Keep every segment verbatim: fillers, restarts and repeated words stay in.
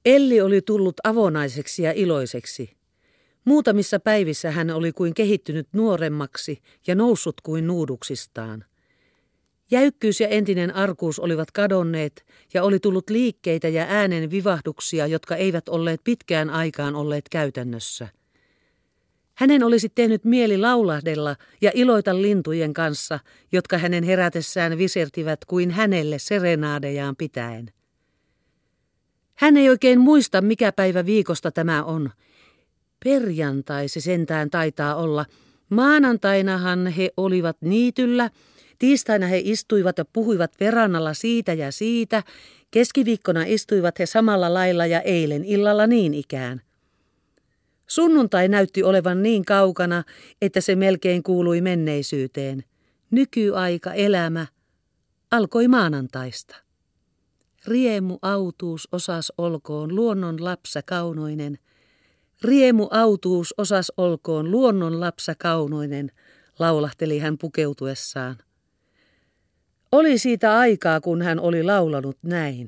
Elli oli tullut avonaiseksi ja iloiseksi. Muutamissa päivissä hän oli kuin kehittynyt nuoremmaksi ja noussut kuin nuuduksistaan. Jäykkyys ja entinen arkuus olivat kadonneet ja oli tullut liikkeitä ja äänen vivahduksia, jotka eivät olleet pitkään aikaan olleet käytännössä. Hänen olisi tehnyt mieli laulahdella ja iloita lintujen kanssa, jotka hänen herätessään visertivät kuin hänelle serenaadejaan pitäen. Hän ei oikein muista, mikä päivä viikosta tämä on. Perjantai se sentään taitaa olla. Maanantainahan he olivat niityllä, tiistaina he istuivat ja puhuivat verannalla siitä ja siitä, keskiviikkona istuivat he samalla lailla ja eilen illalla niin ikään. Sunnuntai näytti olevan niin kaukana, että se melkein kuului menneisyyteen. Nykyaika, elämä, alkoi maanantaista. Riemu autuus osas olkoon luonnon lapsa kaunoinen. Riemu autuus osas olkoon luonnon lapsa kaunoinen, laulahteli hän pukeutuessaan. Oli siitä aikaa, kun hän oli laulanut näin.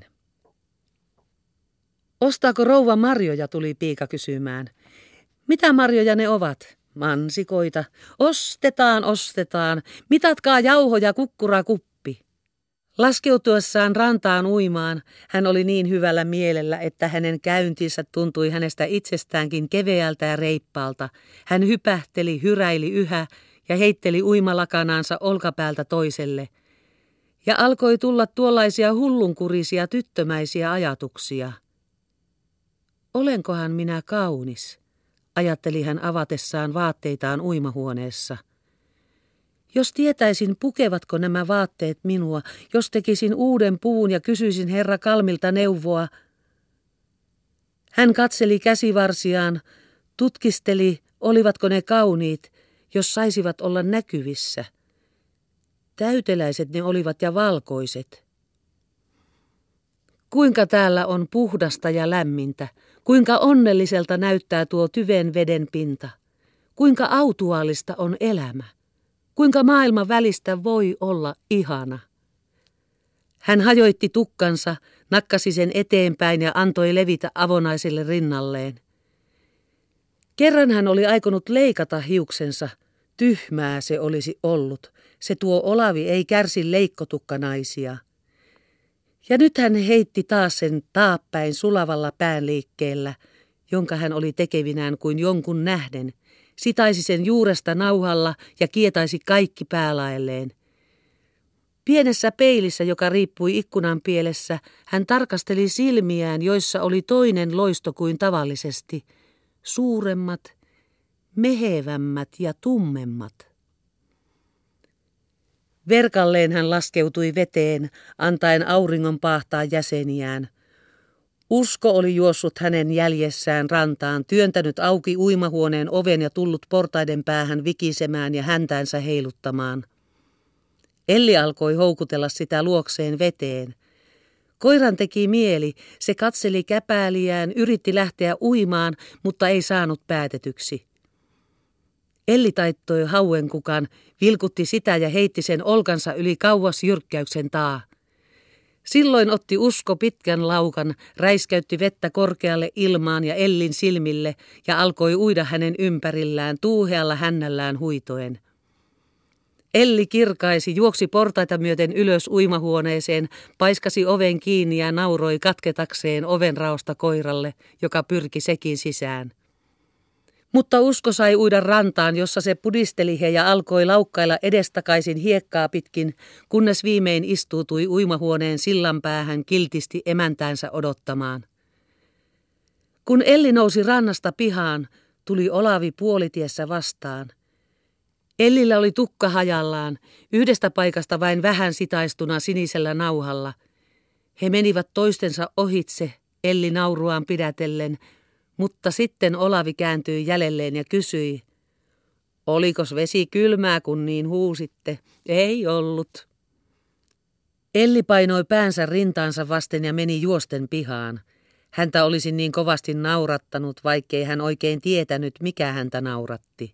Ostaako rouva marjoja, tuli piika kysymään. Mitä marjoja ne ovat? Mansikoita. Ostetaan, ostetaan. Mitatkaa jauhoja, kukkura, kuppi. Laskeutuessaan rantaan uimaan hän oli niin hyvällä mielellä, että hänen käyntinsä tuntui hänestä itsestäänkin keveältä ja reippaalta. Hän hypähteli, hyräili yhä ja heitteli uimalakanaansa olkapäältä toiselle. Ja alkoi tulla tuollaisia hullunkurisia tyttömäisiä ajatuksia. Olenkohan minä kaunis, ajatteli hän avatessaan vaatteitaan uimahuoneessa. Jos tietäisin, pukevatko nämä vaatteet minua, jos tekisin uuden puvun ja kysyisin herra Kalmilta neuvoa. Hän katseli käsivarsiaan, tutkisteli, olivatko ne kauniit, jos saisivat olla näkyvissä. Täyteläiset ne olivat ja valkoiset. Kuinka täällä on puhdasta ja lämmintä, kuinka onnelliselta näyttää tuo tyven veden pinta, kuinka autuaalista on elämä. Kuinka maailman välistä voi olla ihana. Hän hajoitti tukkansa, nakkasi sen eteenpäin ja antoi levitä avonaiselle rinnalleen. Kerran hän oli aikonut leikata hiuksensa. Tyhmää se olisi ollut. Se tuo Olavi ei kärsi leikkotukkanaisia. Ja nyt hän heitti taas sen taappäin sulavalla päänliikkeellä, jonka hän oli tekevinään kuin jonkun nähden. Sitaisi sen juuresta nauhalla ja kietaisi kaikki päälaelleen. Pienessä peilissä, joka riippui ikkunan pielessä, hän tarkasteli silmiään, joissa oli toinen loisto kuin tavallisesti. Suuremmat, mehevämmät ja tummemmat. Verkalleen hän laskeutui veteen, antaen auringon paahtaa jäseniään. Usko oli juossut hänen jäljessään rantaan, työntänyt auki uimahuoneen oven ja tullut portaiden päähän vikisemään ja häntäänsä heiluttamaan. Elli alkoi houkutella sitä luokseen veteen. Koiran teki mieli, se katseli käpääliään, yritti lähteä uimaan, mutta ei saanut päätetyksi. Elli taittoi hauenkukan, vilkutti sitä ja heitti sen olkansa yli kauas jyrkkäyksen taa. Silloin otti Usko pitkän laukan, räiskäytti vettä korkealle ilmaan ja Ellin silmille ja alkoi uida hänen ympärillään tuuhealla hännällään huitoen. Elli kirkaisi, juoksi portaita myöten ylös uimahuoneeseen, paiskasi oven kiinni ja nauroi katketakseen ovenraosta koiralle, joka pyrki sekin sisään. Mutta Usko sai uida rantaan, jossa se pudisteli he ja alkoi laukkailla edestakaisin hiekkaa pitkin, kunnes viimein istuutui uimahuoneen sillanpäähän kiltisti emäntäänsä odottamaan. Kun Elli nousi rannasta pihaan, tuli Olavi puolitiessä vastaan. Ellillä oli tukka hajallaan, yhdestä paikasta vain vähän sitaistuna sinisellä nauhalla. He menivät toistensa ohitse, Elli nauruaan pidätellen, mutta sitten Olavi kääntyi jäljelleen ja kysyi, olikos vesi kylmää, kun niin huusitte? Ei ollut. Elli painoi päänsä rintaansa vasten ja meni juosten pihaan. Häntä olisi niin kovasti naurattanut, vaikkei hän oikein tietänyt, mikä häntä nauratti.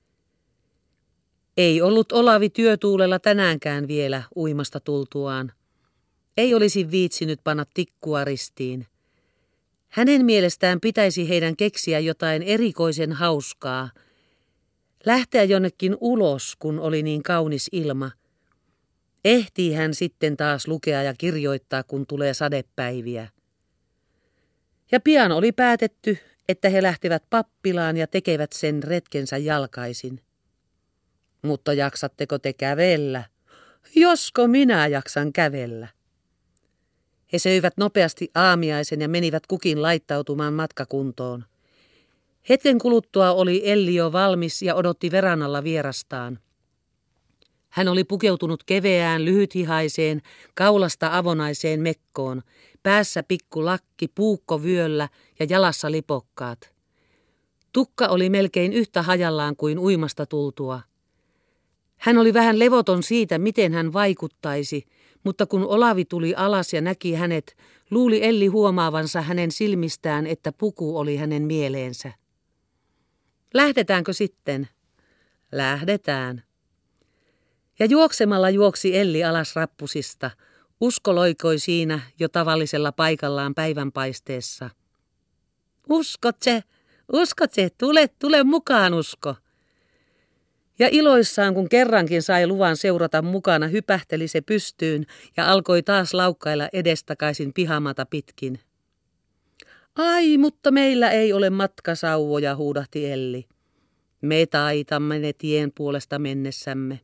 Ei ollut Olavi työtuulella tänäänkään vielä uimasta tultuaan. Ei olisi viitsinyt panna tikkua ristiin. Hänen mielestään pitäisi heidän keksiä jotain erikoisen hauskaa. Lähteä jonnekin ulos, kun oli niin kaunis ilma. Ehtii hän sitten taas lukea ja kirjoittaa, kun tulee sadepäiviä. Ja pian oli päätetty, että he lähtevät pappilaan ja tekevät sen retkensä jalkaisin. Mutta jaksatteko te kävellä? Josko minä jaksan kävellä? He söivät nopeasti aamiaisen ja menivät kukin laittautumaan matkakuntoon. Hetken kuluttua oli Elli jo valmis ja odotti verannalla vierastaan. Hän oli pukeutunut keveään, lyhythihaiseen, kaulasta avonaiseen mekkoon, päässä pikku lakki, puukko vyöllä ja jalassa lipokkaat. Tukka oli melkein yhtä hajallaan kuin uimasta tultua. Hän oli vähän levoton siitä, miten hän vaikuttaisi, mutta kun Olavi tuli alas ja näki hänet, luuli Elli huomaavansa hänen silmistään, että puku oli hänen mieleensä. Lähdetäänkö sitten? Lähdetään. Ja juoksemalla juoksi Elli alas rappusista. Usko loikoi siinä jo tavallisella paikallaan päivänpaisteessa. Uskot se, uskot se, tule, tule mukaan Usko. Ja iloissaan, kun kerrankin sai luvan seurata mukana, hypähteli se pystyyn ja alkoi taas laukkailla edestakaisin pihamata pitkin. Ai, mutta meillä ei ole matkasauvoja, huudahti Elli. Me taitamme ne tien puolesta mennessämme.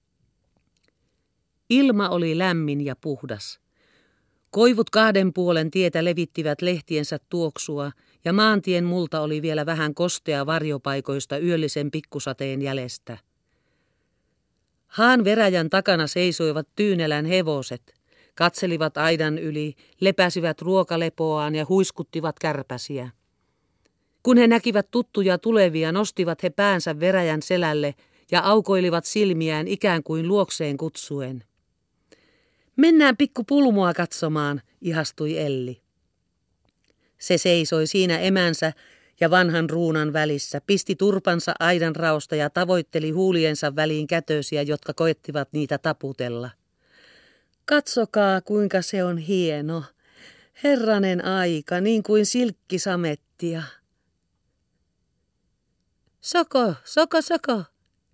Ilma oli lämmin ja puhdas. Koivut kahden puolen tietä levittivät lehtiensä tuoksua ja maantien multa oli vielä vähän kostea varjopaikoista yöllisen pikkusateen jäljestä. Haan veräjän takana seisoivat Tyynelän hevoset, katselivat aidan yli, lepäsivät ruokalepoaan ja huiskuttivat kärpäsiä. Kun he näkivät tuttuja tulevia, nostivat he päänsä veräjän selälle ja aukoilivat silmiään ikään kuin luokseen kutsuen. Mennään pikku pulmua katsomaan, ihastui Elli. Se seisoi siinä emänsä ja vanhan ruunan välissä, pisti turpansa aidan raosta ja tavoitteli huuliensa väliin kätösiä, jotka koettivat niitä taputella. Katsokaa, kuinka se on hieno. Herranen aika, niin kuin silkkisamettia. Soko, soko, soko.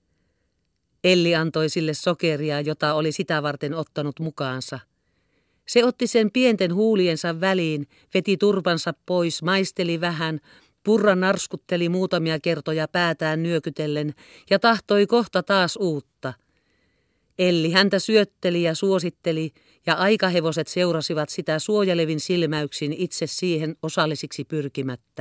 Elli antoi sille sokeria, jota oli sitä varten ottanut mukaansa. Se otti sen pienten huuliensa väliin, veti turpansa pois, maisteli vähän, purra narskutteli muutamia kertoja päätään nyökytellen ja tahtoi kohta taas uutta. Elli häntä syötteli ja suositteli ja aikahevoset seurasivat sitä suojelevin silmäyksin itse siihen osallisiksi pyrkimättä.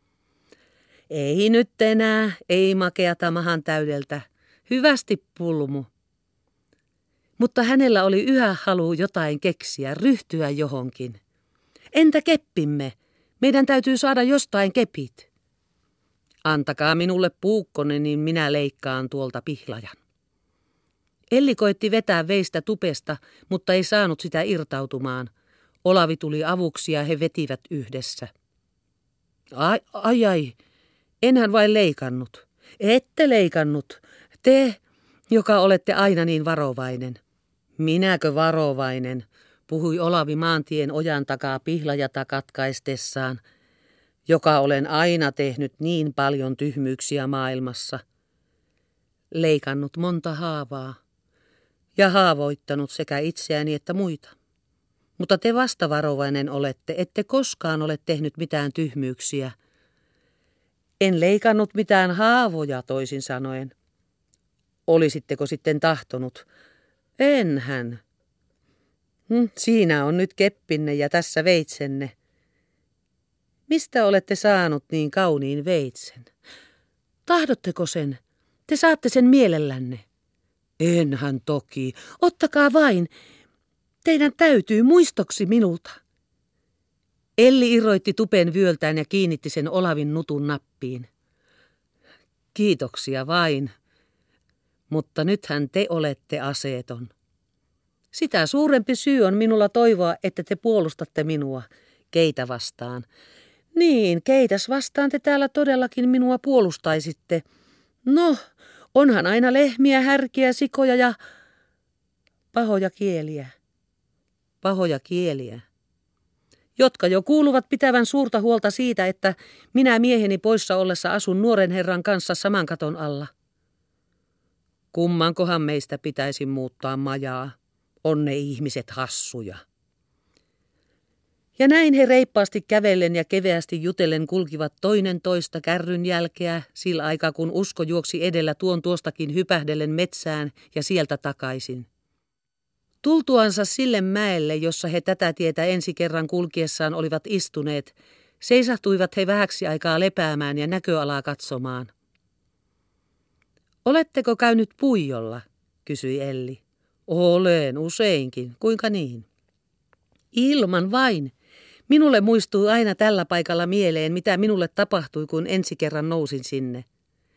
Ei nyt enää, ei makeata mahan täydeltä. Hyvästi pulmu. Mutta hänellä oli yhä halu jotain keksiä, ryhtyä johonkin. Entä keppimme? Meidän täytyy saada jostain kepit. Antakaa minulle puukkonne, niin minä leikkaan tuolta pihlajan. Elli koetti vetää veistä tupesta, mutta ei saanut sitä irtautumaan. Olavi tuli avuksi ja he vetivät yhdessä. Ai, ai, ai, enhän vain leikannut. Ette leikannut. Te, joka olette aina niin varovainen. Minäkö varovainen, puhui Olavi maantien ojan takaa pihlajata katkaistessaan, joka olen aina tehnyt niin paljon tyhmyyksiä maailmassa. Leikannut monta haavaa ja haavoittanut sekä itseäni että muita. Mutta te vastavarovainen olette, ette koskaan ole tehnyt mitään tyhmyyksiä. En leikannut mitään haavoja, toisin sanoen. Olisitteko sitten tahtonut? Enhän. Hm, siinä on nyt keppinne ja tässä veitsenne. Mistä olette saanut niin kauniin veitsen? Tahdotteko sen? Te saatte sen mielellänne. Enhän toki. Ottakaa vain. Teidän täytyy muistoksi minulta. Elli irroitti tupen vyöltään ja kiinnitti sen Olavin nutun nappiin. Kiitoksia vain. Mutta nythän te olette aseeton. Sitä suurempi syy on minulla toivoa, että te puolustatte minua. Keitä vastaan? Niin, keitäs vastaan te täällä todellakin minua puolustaisitte. No, onhan aina lehmiä, härkiä, sikoja ja pahoja kieliä. Pahoja kieliä. jotka jo kuuluvat pitävän suurta huolta siitä, että minä mieheni poissa ollessa asun nuoren herran kanssa saman katon alla. Kummankohan meistä pitäisi muuttaa majaa? On ne ihmiset hassuja. Ja näin he reippaasti kävellen ja keveästi jutellen kulkivat toinen toista kärryn jälkeä, sillä aikaa kun Usko juoksi edellä tuon tuostakin hypähdellen metsään ja sieltä takaisin. Tultuansa sille mäelle, jossa he tätä tietä ensi kerran kulkiessaan olivat istuneet, seisahtuivat he vähäksi aikaa lepäämään ja näköalaa katsomaan. Oletteko käynyt puijolla, kysyi Elli. Olen useinkin, kuinka niin? Ilman vain. Minulle muistuu aina tällä paikalla mieleen, mitä minulle tapahtui, kun ensi kerran nousin sinne.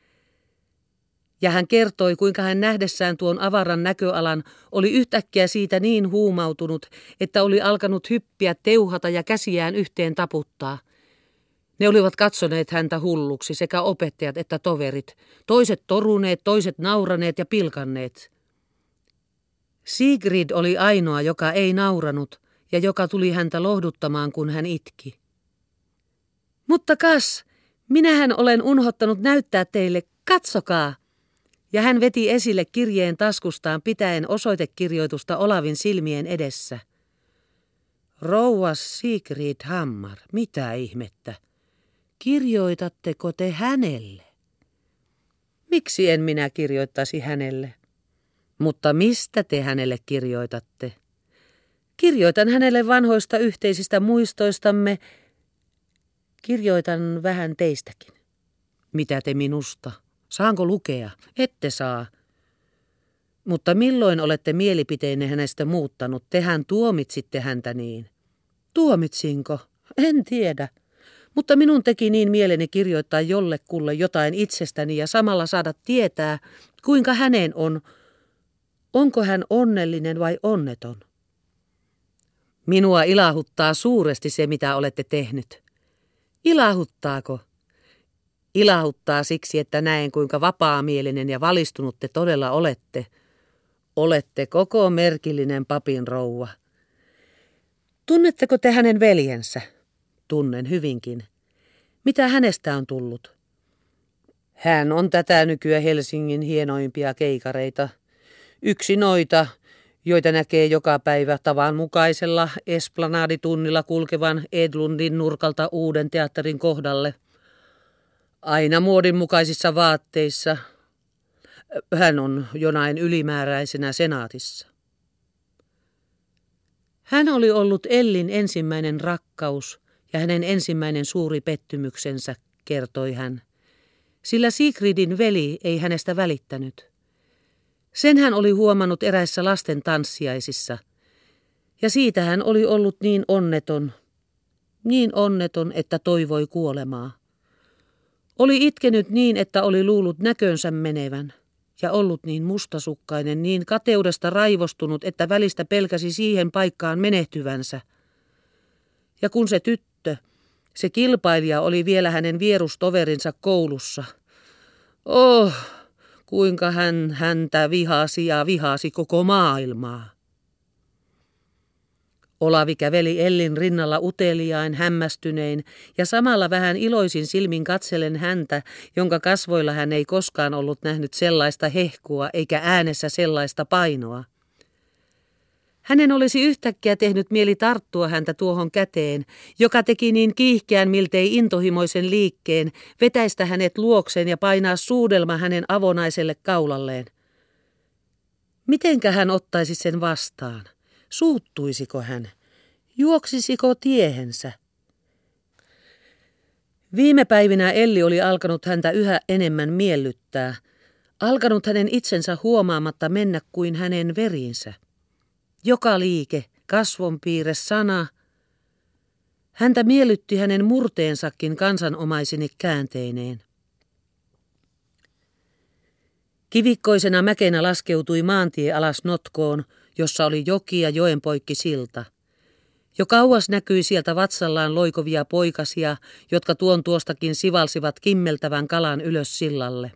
Ja hän kertoi, kuinka hän nähdessään tuon avaran näköalan oli yhtäkkiä siitä niin huumautunut, että oli alkanut hyppiä, teuhata ja käsiään yhteen taputtaa. Ne olivat katsoneet häntä hulluksi, sekä opettajat että toverit, toiset toruneet, toiset nauraneet ja pilkanneet. Sigrid oli ainoa, joka ei nauranut ja joka tuli häntä lohduttamaan, kun hän itki. Mutta kas, minähän olen unhottanut näyttää teille, katsokaa! Ja hän veti esille kirjeen taskustaan pitäen osoitekirjoitusta Olavin silmien edessä. Rouva Sigrid Hammar, mitä ihmettä? Kirjoitatteko te hänelle? Miksi en minä kirjoittaisi hänelle? Mutta mistä te hänelle kirjoitatte? Kirjoitan hänelle vanhoista yhteisistä muistoistamme. Kirjoitan vähän teistäkin. Mitä te minusta? Saanko lukea? Ette saa. Mutta milloin olette mielipiteenne hänestä muuttanut? Tehän tuomitsitte häntä niin. Tuomitsinko? En tiedä. Mutta minun teki niin mieleni kirjoittaa jollekulle jotain itsestäni ja samalla saada tietää, kuinka hänen on. Onko hän onnellinen vai onneton? Minua ilahuttaa suuresti se, mitä olette tehnyt. Ilahuttaako? Ilahuttaa siksi, että näen, kuinka vapaamielinen ja valistunut te todella olette. Olette koko merkillinen papin rouva. Tunnetteko te hänen veljensä? Tunnen hyvinkin. Mitä hänestä on tullut? Hän on tätä nykyä Helsingin hienoimpia keikareita. Yksi noita, joita näkee joka päivä tavanmukaisella esplanaditunnilla kulkevan Edlundin nurkalta uuden teatterin kohdalle. Aina muodinmukaisissa vaatteissa. Hän on jonain ylimääräisenä senaatissa. Hän oli ollut Ellin ensimmäinen rakkaus ja hänen ensimmäinen suuri pettymyksensä, kertoi hän. Sillä Sigridin veli ei hänestä välittänyt. Sen hän oli huomannut eräissä lasten tanssiaisissa. Ja siitä hän oli ollut niin onneton, niin onneton, että toivoi kuolemaa. Oli itkenyt niin, että oli luullut näkönsä menevän, ja ollut niin mustasukkainen, niin kateudesta raivostunut, että välistä pelkäsi siihen paikkaan menehtyvänsä. Ja kun se tyttö, se kilpailija, oli vielä hänen vierustoverinsa koulussa. Oh, kuinka hän häntä vihasi ja vihasi koko maailmaa. Olavi käveli Ellin rinnalla uteliain, hämmästynein ja samalla vähän iloisin silmin katsellen häntä, jonka kasvoilla hän ei koskaan ollut nähnyt sellaista hehkua eikä äänessä sellaista painoa. Hänen olisi yhtäkkiä tehnyt mieli tarttua häntä tuohon käteen, joka teki niin kiihkeän miltei intohimoisen liikkeen, vetäistä hänet luokseen ja painaa suudelma hänen avonaiselle kaulalleen. Mitenkä hän ottaisi sen vastaan? Suuttuisiko hän? Juoksisiko tiehensä? Viime päivinä Elli oli alkanut häntä yhä enemmän miellyttää, alkanut hänen itsensä huomaamatta mennä kuin hänen veriinsä. Joka liike, kasvonpiirre, sana. Häntä miellytti hänen murteensakin kansanomaisine käänteineen. Kivikkoisena mäkenä laskeutui maantie alas notkoon, jossa oli joki ja joen poikki silta. Jo kauas näkyi sieltä vatsallaan loikovia poikasia, jotka tuon tuostakin sivalsivat kimmeltävän kalan ylös sillalle.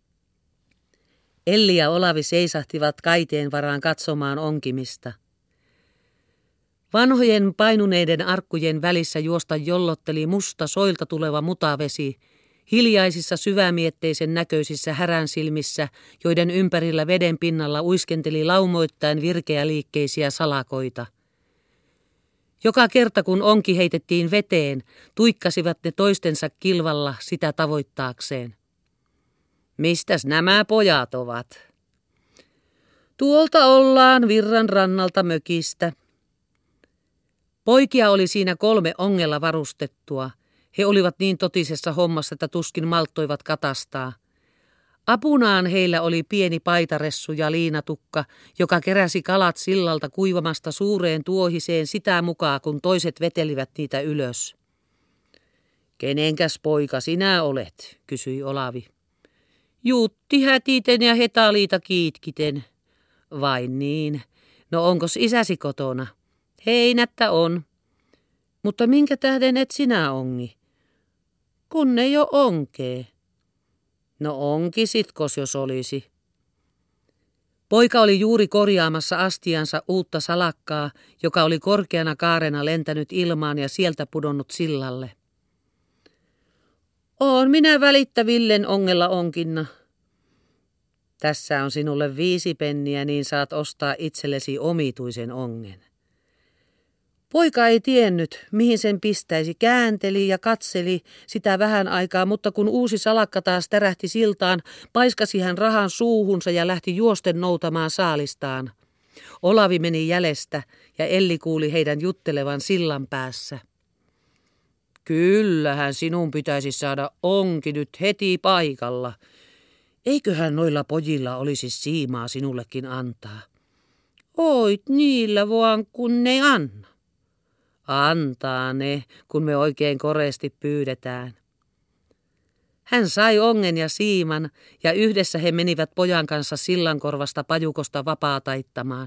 Elli ja Olavi seisahtivat kaiteen varaan katsomaan onkimista. Vanhojen painuneiden arkkujen välissä juosta jollotteli musta soilta tuleva mutavesi, hiljaisissa syvämietteisen näköisissä häränsilmissä, joiden ympärillä veden pinnalla uiskenteli laumoittain virkeäliikkeisiä salakoita. Joka kerta kun onki heitettiin veteen, tuikkasivat ne toistensa kilvalla sitä tavoittaakseen. Mistäs nämä pojat ovat? Tuolta ollaan virran rannalta mökistä. Poikia oli siinä kolme ongella varustettua. He olivat niin totisessa hommassa, että tuskin malttoivat katastaa. Apunaan heillä oli pieni paitaressu ja liinatukka, joka keräsi kalat sillalta kuivamasta suureen tuohiseen sitä mukaan, kun toiset vetelivät niitä ylös. Kenenkäs poika sinä olet, kysyi Olavi. Jutti hätiten ja Hetaliita kiitkiten. Vain niin. No onkos isäsi kotona? Heinättä on. Mutta minkä tähden et sinä ongi? Kun ne jo onkee. No onkisitkos jos olisi. Poika oli juuri korjaamassa astiansa uutta salakkaa, joka oli korkeana kaarena lentänyt ilmaan ja sieltä pudonnut sillalle. Oon minä välittävillen ongella onkinna. Tässä on sinulle viisi penniä, niin saat ostaa itsellesi omituisen ongen. Poika ei tiennyt, mihin sen pistäisi, käänteli ja katseli sitä vähän aikaa, mutta kun uusi salakka taas tärähti siltaan, paiskasi hän rahan suuhunsa ja lähti juosten noutamaan saalistaan. Olavi meni jäljestä ja Elli kuuli heidän juttelevan sillan päässä. Kyllähän sinun pitäisi saada onki nyt heti paikalla. Eiköhän noilla pojilla olisi siimaa sinullekin antaa. Oit niillä vaan kun ne anna. Antaa ne, kun me oikein koreasti pyydetään. Hän sai ongen ja siiman ja yhdessä he menivät pojan kanssa sillankorvasta pajukosta vapaataittamaan.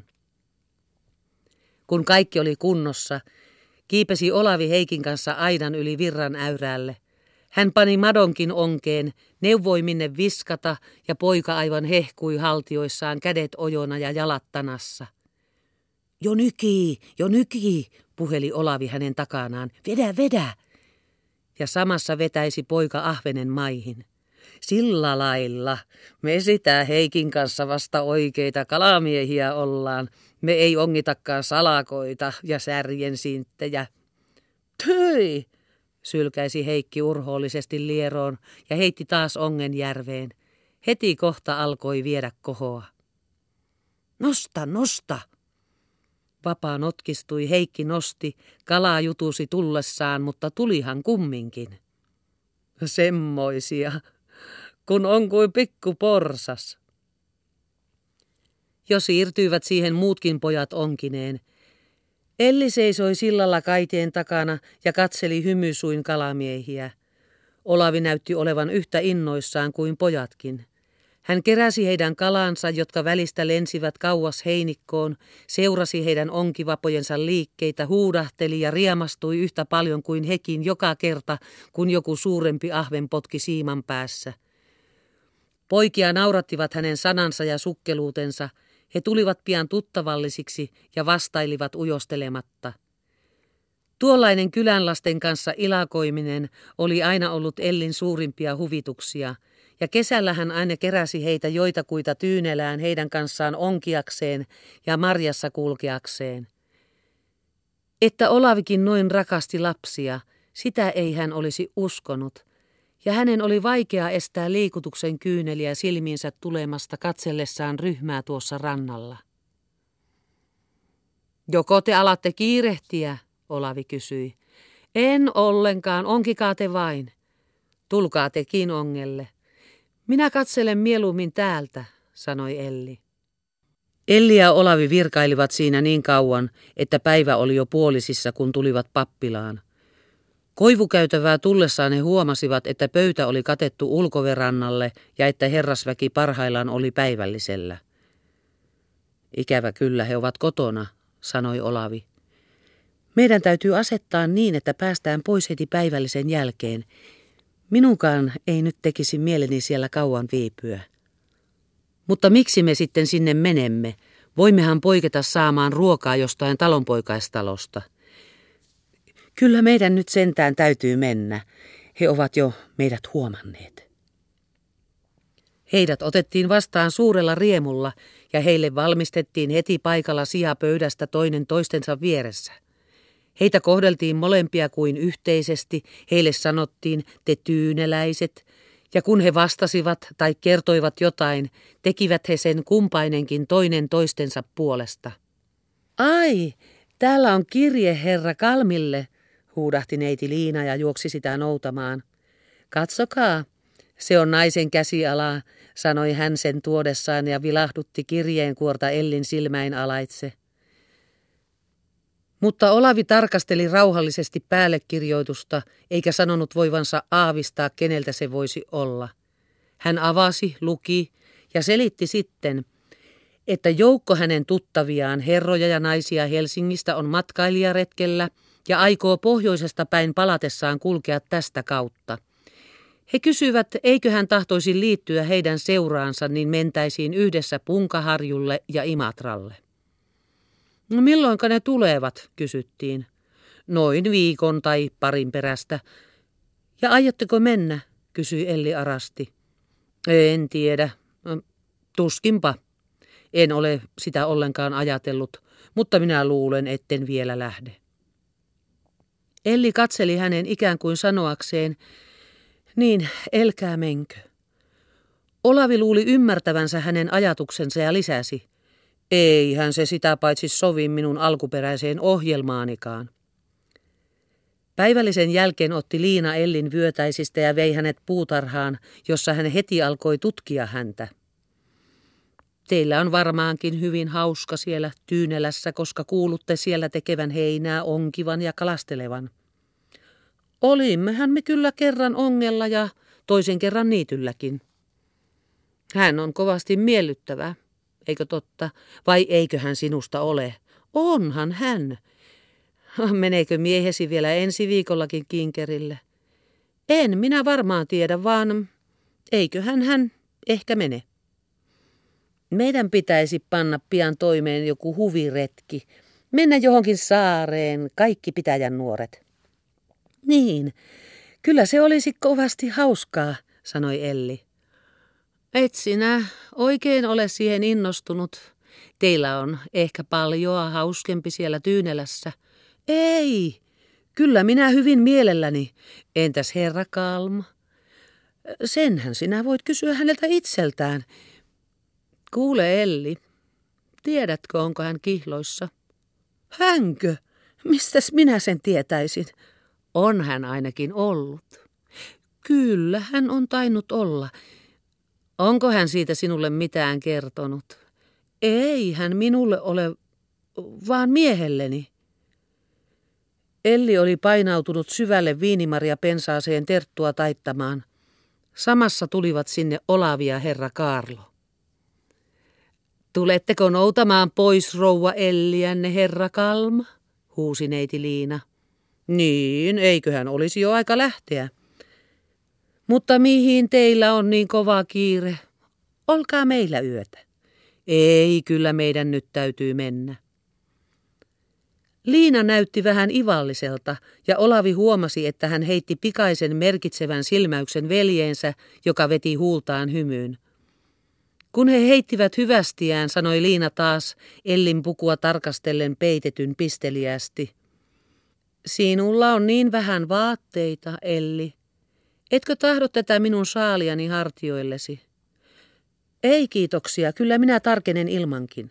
Kun kaikki oli kunnossa, kiipesi Olavi Heikin kanssa aidan yli virran äyräälle. Hän pani madonkin onkeen, neuvoi minne viskata ja poika aivan hehkui haltioissaan kädet ojona ja jalat tanassa. Jo nykii, jo nykii, puheli Olavi hänen takanaan. Vedä, vedä! Ja samassa vetäisi poika ahvenen maihin. Sillä lailla me sitä Heikin kanssa vasta oikeita kalamiehiä ollaan. Me ei ongitakaan salakoita ja särjensinttejä. Töi! Sylkäisi Heikki urhoollisesti lieroon ja heitti taas ongen järveen. Heti kohta alkoi viedä kohoa. Nosta, nosta! Vapaa notkistui, Heikki nosti, kalaa jutusi tullessaan, mutta tulihan kumminkin. Semmoisia, kun on kuin pikku porsas. Jo siirtyivät siihen muutkin pojat onkineen. Elli seisoi sillalla kaiteen takana ja katseli hymysuin kalamiehiä. Olavi näytti olevan yhtä innoissaan kuin pojatkin. Hän keräsi heidän kalansa, jotka välistä lensivät kauas heinikkoon, seurasi heidän onkivapojensa liikkeitä, huudahteli ja riemastui yhtä paljon kuin hekin joka kerta, kun joku suurempi ahven potki siiman päässä. Poikia naurattivat hänen sanansa ja sukkeluutensa. He tulivat pian tuttavallisiksi ja vastailivat ujostelematta. Tuollainen kylänlasten kanssa ilakoiminen oli aina ollut Ellin suurimpia huvituksia, ja kesällä hän aina keräsi heitä joitakuita tyynelään heidän kanssaan onkiakseen ja marjassa kulkeakseen. Että Olavikin noin rakasti lapsia, sitä ei hän olisi uskonut, ja hänen oli vaikea estää liikutuksen kyyneliä silmiinsä tulemasta katsellessaan ryhmää tuossa rannalla. Joko te alatte kiirehtiä, Olavi kysyi. En ollenkaan, onkikaa te vain. Tulkaa tekin ongelle. Minä katselen mieluummin täältä, sanoi Elli. Elli ja Olavi virkailivat siinä niin kauan, että päivä oli jo puolisissa, kun tulivat pappilaan. Koivukäytävää tullessaan he huomasivat, että pöytä oli katettu ulkoverannalle ja että herrasväki parhaillaan oli päivällisellä. Ikävä kyllä he ovat kotona, sanoi Olavi. Meidän täytyy asettaa niin, että päästään pois heti päivällisen jälkeen. Minunkaan ei nyt tekisi mieleni siellä kauan viipyä. Mutta miksi me sitten sinne menemme? Voimmehan poiketa saamaan ruokaa jostain talonpoikaistalosta. Kyllä meidän nyt sentään täytyy mennä. He ovat jo meidät huomanneet. Heidät otettiin vastaan suurella riemulla ja heille valmistettiin heti paikalla sijapöydästä toinen toistensa vieressä. Heitä kohdeltiin molempia kuin yhteisesti, heille sanottiin te tyyneläiset, ja kun he vastasivat tai kertoivat jotain, tekivät he sen kumpainenkin toinen toistensa puolesta. Ai, täällä on kirje herra Kalmille, huudahti neiti Liina ja juoksi sitä noutamaan. Katsokaa, se on naisen käsialaa, sanoi hän sen tuodessaan ja vilahdutti kirjeenkuorta Ellin silmäin alaitse. Mutta Olavi tarkasteli rauhallisesti päällekirjoitusta, eikä sanonut voivansa aavistaa, keneltä se voisi olla. Hän avasi, luki ja selitti sitten, että joukko hänen tuttaviaan herroja ja naisia Helsingistä on matkailijaretkellä ja aikoo pohjoisesta päin palatessaan kulkea tästä kautta. He kysyivät, eikö hän tahtoisi liittyä heidän seuraansa, niin mentäisiin yhdessä Punkaharjulle ja Imatralle. No milloinka ne tulevat, kysyttiin. Noin viikon tai parin perästä. Ja aiotteko mennä, kysyi Elli arasti. En tiedä. Tuskinpa. En ole sitä ollenkaan ajatellut, mutta minä luulen, etten vielä lähde. Elli katseli hänen ikään kuin sanoakseen, niin, älkää menkö. Olavi luuli ymmärtävänsä hänen ajatuksensa ja lisäsi. Eihän se sitä paitsi sovi minun alkuperäiseen ohjelmaanikaan. Päivällisen jälkeen otti Liina Ellin vyötäisistä ja vei hänet puutarhaan, jossa hän heti alkoi tutkia häntä. Teillä on varmaankin hyvin hauska siellä Tyynelässä, koska kuulutte siellä tekevän heinää, onkivan ja kalastelevan. Olimmehan me kyllä kerran ongella ja toisen kerran niitylläkin. Hän on kovasti miellyttävä, eikö totta? Vai eikö hän sinusta ole? Onhan hän. Meneekö miehesi vielä ensi viikollakin kinkerille? En minä varmaan tiedä, vaan eiköhän hän ehkä mene. Meidän pitäisi panna pian toimeen joku huviretki. Mennä johonkin saareen, kaikki pitäjän nuoret. Niin, kyllä se olisi kovasti hauskaa, sanoi Elli. Et sinä oikein ole siihen innostunut. Teillä on ehkä paljoa hauskempi siellä Tyynelässä. Ei, kyllä minä hyvin mielelläni. Entäs herra Kalm? Senhän sinä voit kysyä häneltä itseltään. Kuule Elli, tiedätkö onko hän kihloissa? Hänkö? Mistäs minä sen tietäisin? On hän ainakin ollut. Kyllä, hän on tainnut olla. Onko hän siitä sinulle mitään kertonut? Ei hän minulle ole, vaan miehelleni. Elli oli painautunut syvälle viinimaria pensaaseen terttua taittamaan. Samassa tulivat sinne Olavi ja herra Kaarlo. Tuletteko noutamaan pois rouva Elliänne, herra Kalm? Huusi neiti Liina. Niin, eiköhän olisi jo aika lähteä. Mutta mihin teillä on niin kova kiire? Olkaa meillä yötä. Ei, kyllä meidän nyt täytyy mennä. Liina näytti vähän ivalliselta ja Olavi huomasi, että hän heitti pikaisen merkitsevän silmäyksen veljeensä, joka veti huultaan hymyyn. Kun he heittivät hyvästiään, sanoi Liina taas Ellin pukua tarkastellen peitetyn pisteliästi. Sinulla on niin vähän vaatteita, Elli. Etkö tahdo tätä minun saaliani hartioillesi? Ei kiitoksia, kyllä minä tarkenen ilmankin.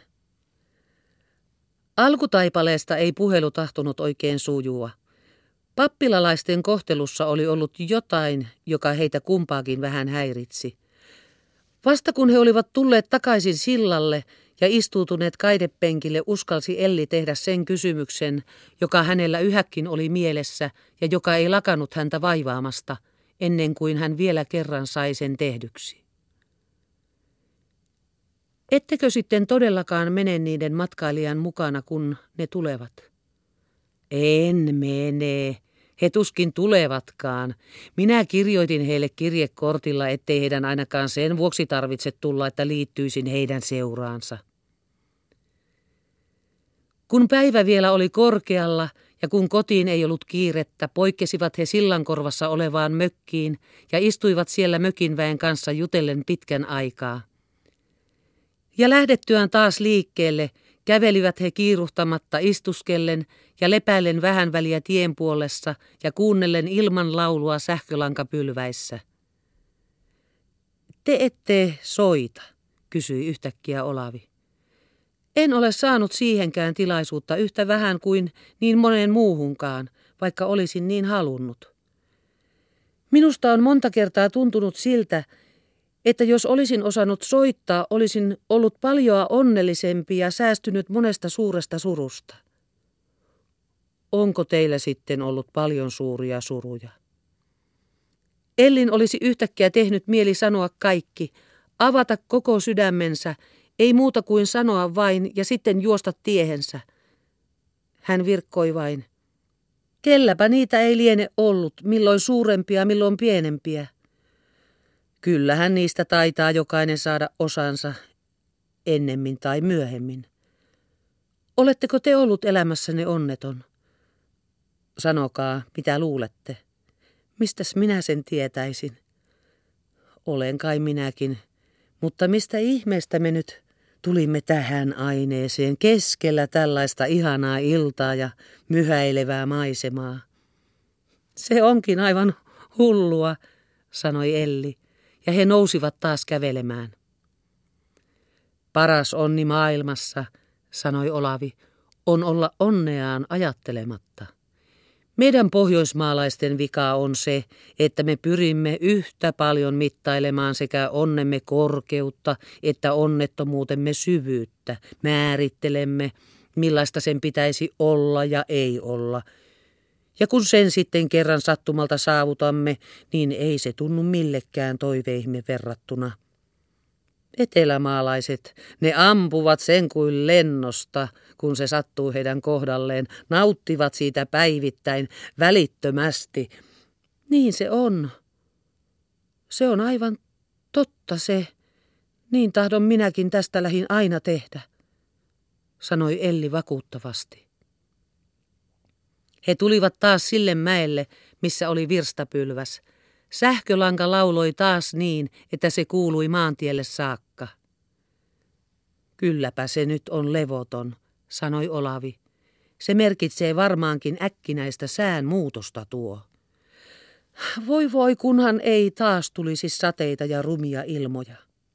Alkutaipaleesta ei puhelu tahtonut oikein sujua. Pappilalaisten kohtelussa oli ollut jotain, joka heitä kumpaakin vähän häiritsi. Vasta kun he olivat tulleet takaisin sillalle ja istuutuneet kaidepenkille, uskalsi Elli tehdä sen kysymyksen, joka hänellä yhäkin oli mielessä ja joka ei lakannut häntä vaivaamasta, ennen kuin hän vielä kerran sai sen tehdyksi. Ettekö sitten todellakaan mene niiden matkailijan mukana, kun ne tulevat? En mene. He tuskin tulevatkaan. Minä kirjoitin heille kirjekortilla, ettei heidän ainakaan sen vuoksi tarvitse tulla, että liittyisin heidän seuraansa. Kun päivä vielä oli korkealla ja kun kotiin ei ollut kiirettä, poikkesivat he sillankorvassa olevaan mökkiin ja istuivat siellä mökinväen kanssa jutellen pitkän aikaa. Ja lähdettyään taas liikkeelle, kävelivät he kiiruhtamatta istuskellen ja lepäillen vähän väliä tien puolessa ja kuunnellen ilman laulua sähkölankapylväissä. Te ette soita, kysyi yhtäkkiä Olavi. En ole saanut siihenkään tilaisuutta yhtä vähän kuin niin moneen muuhunkaan, vaikka olisin niin halunnut. Minusta on monta kertaa tuntunut siltä, että jos olisin osannut soittaa, olisin ollut paljoa onnellisempi ja säästynyt monesta suuresta surusta. Onko teillä sitten ollut paljon suuria suruja? Ellin olisi yhtäkkiä tehnyt mieli sanoa kaikki, avata koko sydämensä, ei muuta kuin sanoa vain ja sitten juosta tiehensä. Hän virkkoi vain. Kelläpä niitä ei liene ollut, milloin suurempia, milloin pienempiä. Kyllähän niistä taitaa jokainen saada osansa ennemmin tai myöhemmin. Oletteko te ollut elämässänne onneton? Sanokaa, mitä luulette. Mistäs minä sen tietäisin? Olen kai minäkin, mutta mistä ihmeestä me nyt tulimme tähän aineeseen keskellä tällaista ihanaa iltaa ja myhäilevää maisemaa? Se onkin aivan hullua, sanoi Elli, ja he nousivat taas kävelemään. Paras onni maailmassa, sanoi Olavi, on olla onneaan ajattelematta. Meidän pohjoismaalaisten vika on se, että me pyrimme yhtä paljon mittailemaan sekä onnemme korkeutta että onnettomuutemme syvyyttä. Määrittelemme, millaista sen pitäisi olla ja ei olla. Ja kun sen sitten kerran sattumalta saavutamme, niin ei se tunnu millekään toiveihimme verrattuna. Etelämaalaiset, ne ampuvat sen kuin lennosta, kun se sattuu heidän kohdalleen, nauttivat siitä päivittäin välittömästi. Niin se on. Se on aivan totta se. Niin tahdon minäkin tästä lähin aina tehdä, sanoi Elli vakuuttavasti. He tulivat taas sille mäelle, missä oli virstapylväs. Sähkölanka lauloi taas niin, että se kuului maantielle saakka. Kylläpä se nyt on levoton, sanoi Olavi. Se merkitsee varmaankin äkkinäistä sään muutosta tuo. Voi voi, kunhan ei taas tulisi sateita ja rumia ilmoja.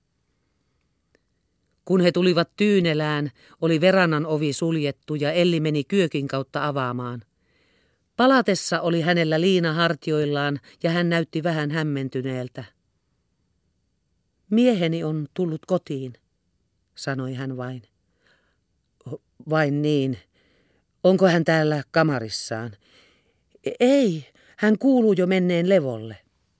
Kun he tulivat Tyynelään, oli verannan ovi suljettu ja Elli meni kyökin kautta avaamaan. Palatessa oli hänellä liina hartioillaan ja hän näytti vähän hämmentyneeltä. Mieheni on tullut kotiin, sanoi hän vain. Vain niin. Onko hän täällä kamarissaan? Ei, hän kuuluu jo menneen levolle.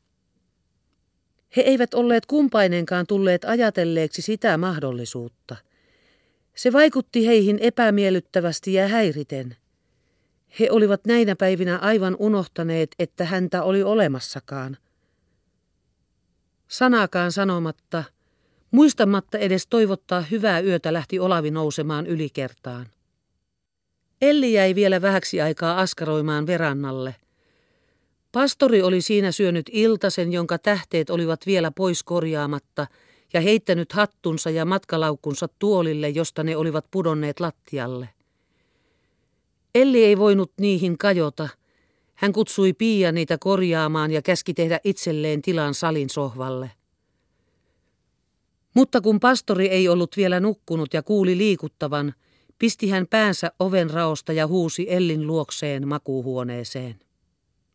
He eivät olleet kumpainenkaan tulleet ajatelleeksi sitä mahdollisuutta. Se vaikutti heihin epämiellyttävästi ja häiriten. He olivat näinä päivinä aivan unohtaneet, että häntä oli olemassakaan. Sanaakaan sanomatta, muistamatta edes toivottaa hyvää yötä, lähti Olavi nousemaan ylikertaan. Elli jäi vielä vähäksi aikaa askaroimaan verannalle. Pastori oli siinä syönyt iltasen, jonka tähteet olivat vielä pois korjaamatta, ja heittänyt hattunsa ja matkalaukkunsa tuolille, josta ne olivat pudonneet lattialle. Elli ei voinut niihin kajota. Hän kutsui Pia niitä korjaamaan ja käski tehdä itselleen tilan salin sohvalle. Mutta kun pastori ei ollut vielä nukkunut ja kuuli liikuttavan, pisti hän päänsä oven raosta ja huusi Ellin luokseen makuuhuoneeseen.